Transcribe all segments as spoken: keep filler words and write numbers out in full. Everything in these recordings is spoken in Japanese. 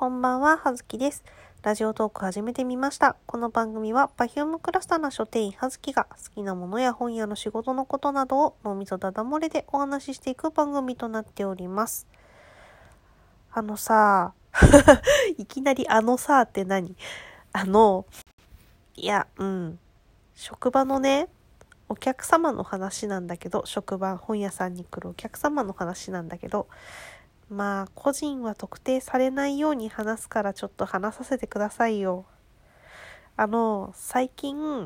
こんばんは、はずきです。ラジオトーク始めてみました。この番組は Perfume クラスターな書店員はずきが好きなものや本屋の仕事のことなどを脳みそだだ漏れでお話ししていく番組となっております。あのさ、いきなりあのさって何？あの、いや、うん、職場のね、お客様の話なんだけど、職場、本屋さんに来るお客様の話なんだけど、まあ、個人は特定されないように話すからちょっと話させてくださいよ。あの、最近、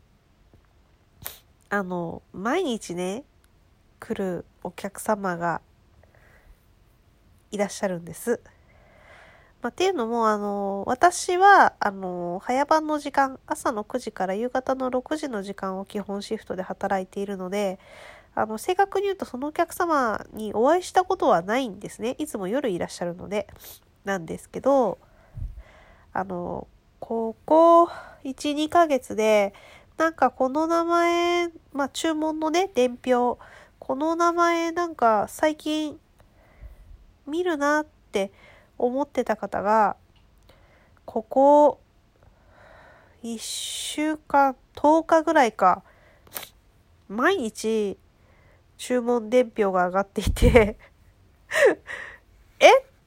あの、毎日ね、来るお客様がいらっしゃるんです。まあ、っていうのも、あの、私は、あの、早番の時間、朝のくじから夕方のろくじの時間を基本シフトで働いているので、あの、正確に言うとそのお客様にお会いしたことはないんですね。いつも夜いらっしゃるので。なんですけど、あの、ここいち、にかげつで、なんかこの名前、まあ注文のね、伝票、この名前なんか最近見るなって思ってた方が、ここいっしゅうかん、とおかぐらいか、毎日注文伝票が上がっていてえって、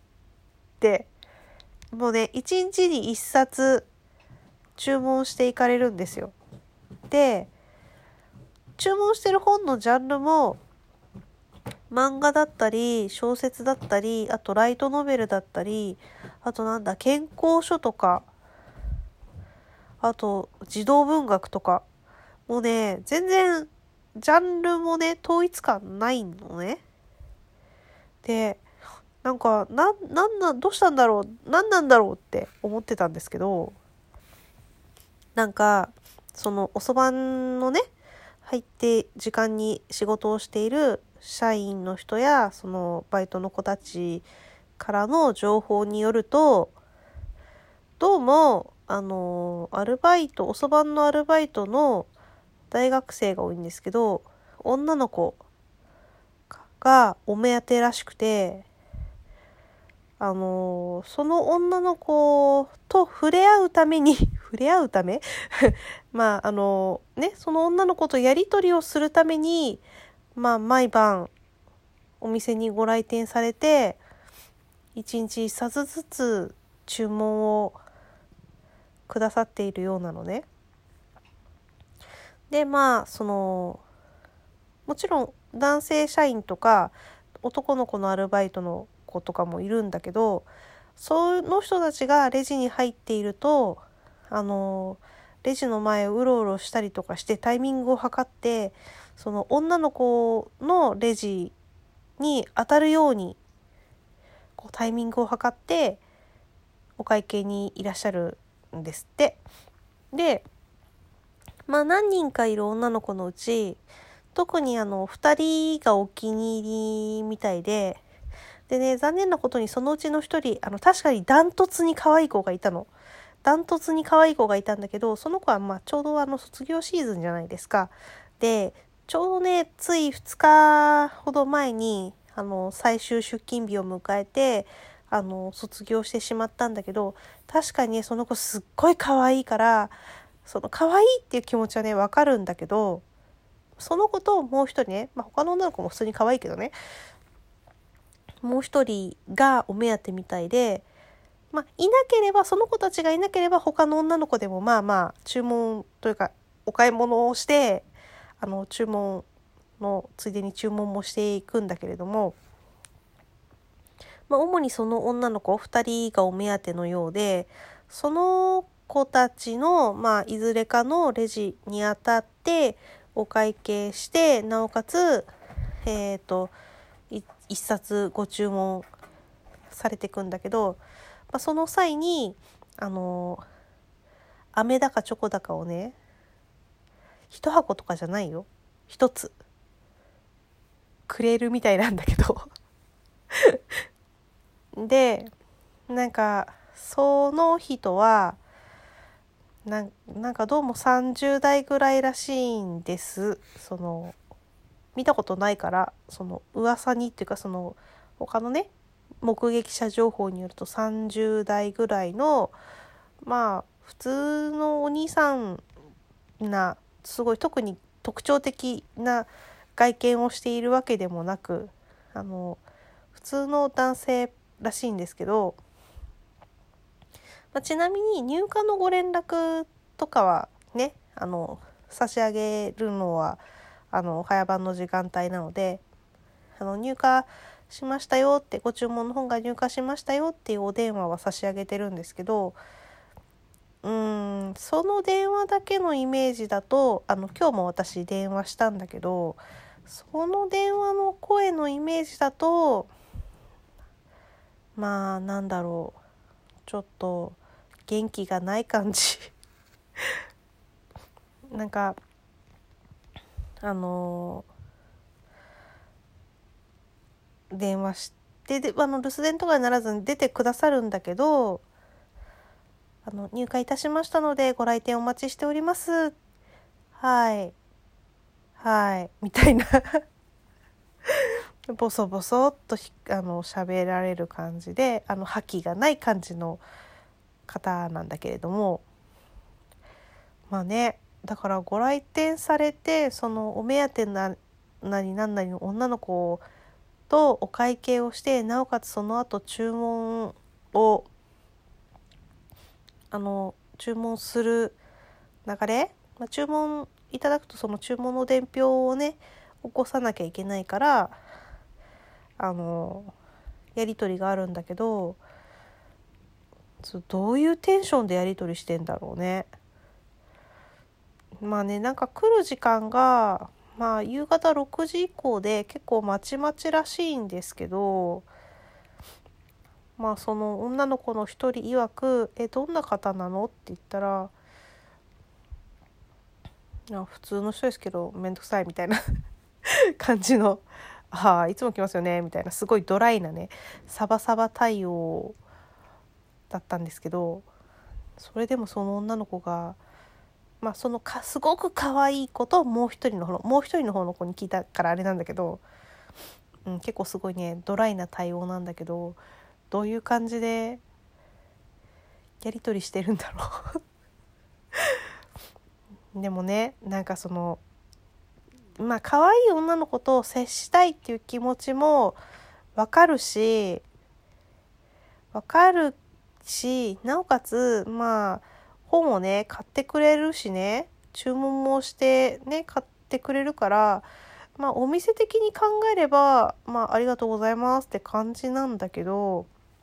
もうね、いちにちにいっさつ注文していかれるんですよ。で、注文してる本のジャンルも漫画だったり小説だったり、あとライトノベルだったり、あとなんだ健康書とか、あと児童文学とか、もうね全然ジャンルもね統一感ないのね。で、なんかな、なんなんどうしたんだろう、なんなんだろうって思ってたんですけど、なんかそのおそばのね入って時間に仕事をしている社員の人やそのバイトの子たちからの情報によると、どうもあのアルバイトおそばのアルバイトの大学生が多いんですけど、女の子がお目当てらしくて、あのその女の子と触れ合うために触れ合うためまああのねその女の子とやり取りをするために、まあ毎晩お店にご来店されていちにちいっさつずつ注文をくださっているようなのね。で、まあそのもちろん男性社員とか男の子のアルバイトの子とかもいるんだけど、その人たちがレジに入っていると、あのレジの前をうろうろしたりとかしてタイミングを測って、その女の子のレジに当たるようにこうタイミングを測ってお会計にいらっしゃるんですって。で、まあ何人かいる女の子のうち、特にあのふたりがお気に入りみたいで、でね、残念なことにそのうちのひとり、あの確かにダントツに可愛い子がいたの。ダントツに可愛い子がいたんだけど、その子はまあちょうどあの卒業シーズンじゃないですか。で、ちょうどね、ついふつかほど前にあの最終出勤日を迎えて、あの卒業してしまったんだけど、確かにねその子すっごい可愛いから、その可愛いっていう気持ちはねわかるんだけど、その子ともう一人ね、まあ、他の女の子も普通に可愛いけどね、もう一人がお目当てみたいで、まあ、いなければ、その子たちがいなければ他の女の子でもまあまあ注文というかお買い物をして、あの注文のついでに注文もしていくんだけれども、まあ、主にその女の子ふたりがお目当てのようで、その子たちの、まあ、いずれかのレジに当たってお会計して、なおかつ、えっと、い一冊ご注文されていくんだけど、まあ、その際に、あの、飴だかチョコだかをね、一箱とかじゃないよ。一つ。くれるみたいなんだけど。で、なんか、その人は、ななんかどうもさんじゅうだいぐらいらしいんです。その見たことないから、その噂にっていうか、その他のね目撃者情報によるとさんじゅう代ぐらいのまあ普通のお兄さんなすごい特に特徴的な外見をしているわけでもなく、あの普通の男性らしいんですけど、まあ、ちなみに入荷のご連絡とかはね、あの差し上げるのはあの早番の時間帯なので、あの入荷しましたよって、ご注文の本が入荷しましたよっていうお電話は差し上げてるんですけど、うーんその電話だけのイメージだと、あの今日も私電話したんだけど、その電話の声のイメージだと、まあなんだろう、ちょっと元気がない感じなんかあのー電話してであの留守電とかにならずに出てくださるんだけど、あの入荷いたしましたのでご来店お待ちしております、はいはいみたいなボソボソっとあの喋られる感じで、あの覇気がない感じの方なんだけれども、まあね、だからご来店されて、そのお目当てななりなんなりの女の子とお会計をして、なおかつその後注文をあの注文する流れ、まあ、注文いただくとその注文の伝票をね起こさなきゃいけないから、あのやり取りがあるんだけど、どういうテンションでやり取りしてんだろうね。まあね、なんか来る時間がまあ夕方ろくじ以降で結構まちまちらしいんですけど、まあその女の子の一人曰く、えどんな方なのって言ったら、いや普通の人ですけどめんどくさいみたいな感じの、ああいつも来ますよねみたいな、すごいドライなねサバサバ対応だったんですけど、それでもその女の子がまあそのかすごく可愛い子ともう一人の方のもう一人の方の子に聞いたからあれなんだけど、うん、結構すごいねドライな対応なんだけど、どういう感じでやり取りしてるんだろうでもね、なんかそのまあ可愛い女の子と接したいっていう気持ちもわかるしわかるしなおかつまあ本をね買ってくれるしね、注文もしてね買ってくれるから、まあお店的に考えればまあありがとうございますって感じなんだけど、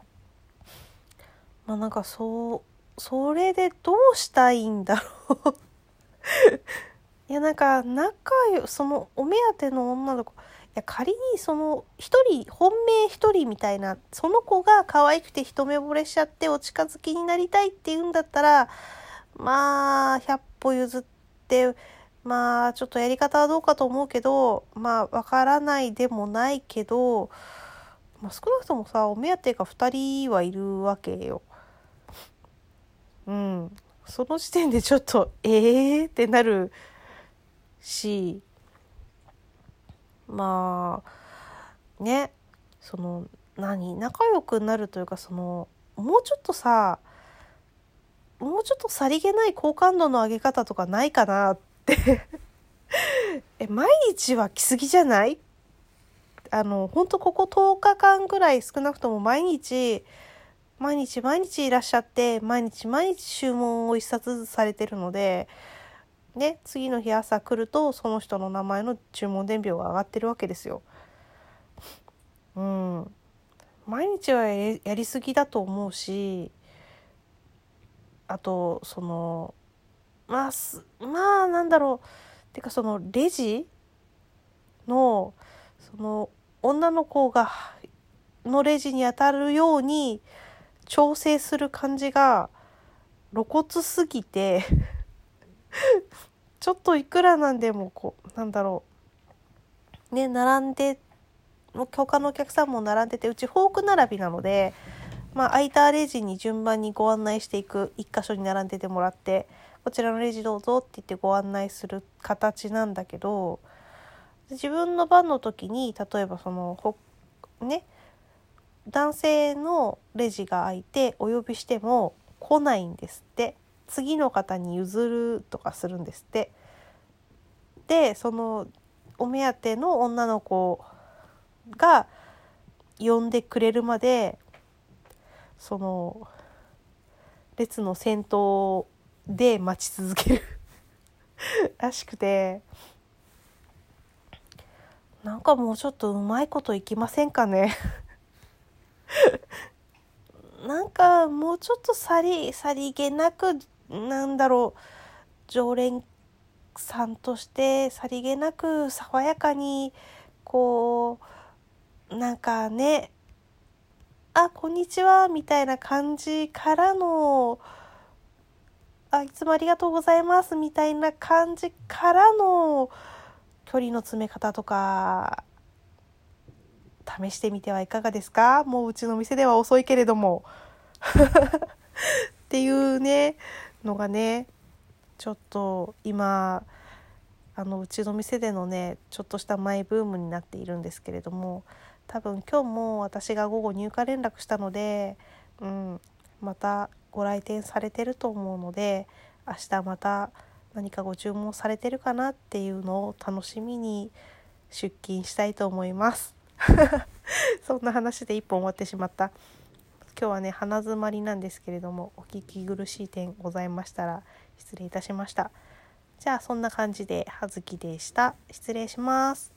まあなんかそうそれでどうしたいんだろういやなんか仲良そのお目当ての女の子、いや仮にその一人本命一人みたいな、その子が可愛くて一目惚れしちゃってお近づきになりたいっていうんだったら、まあひゃっぽ譲ってまあちょっとやり方はどうかと思うけど、まあわからないでもないけど、まあ、少なくともさお目当てがふたりはいるわけよ。うん、その時点でちょっとえーってなるし、まあね、その何仲良くなるというか、そのもうちょっとさもうちょっとさりげない好感度の上げ方とかないかなってえ毎日は来すぎじゃない？あの本当こことおかかんぐらい少なくとも毎日毎日毎日いらっしゃって、毎日毎日注文を一冊ずつされてるのでね、次の日朝来るとその人の名前の注文伝票が上がってるわけですよ。うん、毎日はやりすぎだと思うし、あとそのまあまあなんだろうてか、そのレジのその女の子がのレジに当たるように調整する感じが露骨すぎてちょっといくらなんでもこうなんだろうね、並んで他のお客さんも並んでて、うちフォーク並びなので、まあ、空いたレジに順番にご案内していく、一箇所に並んでてもらってこちらのレジどうぞって言ってご案内する形なんだけど、自分の番の時に例えばそのほね男性のレジが空いてお呼びしても来ないんですって。次の方に譲るとかするんですって。でそのお目当ての女の子が呼んでくれるまでその列の先頭で待ち続けるらしくて、なんかもうちょっとうまいこといきませんかねなんかもうちょっとさりさりげなく、なんだろう、常連さんとしてさりげなく爽やかにこうなんかね、あ、こんにちはみたいな感じからの、あ、いつもありがとうございますみたいな感じからの距離の詰め方とか試してみてはいかがですか？もううちの店では遅いけれどもっていうねのがね、ちょっと今あのうちの店でのねちょっとしたマイブームになっているんですけれども、多分今日も私が午後入荷連絡したので、うん、またご来店されてると思うので、明日また何かご注文されてるかなっていうのを楽しみに出勤したいと思いますそんな話で一本終わってしまった。今日はね鼻づまりなんですけれども、お聞き苦しい点ございましたら失礼いたしました。じゃあそんな感じで葉月でした。失礼します。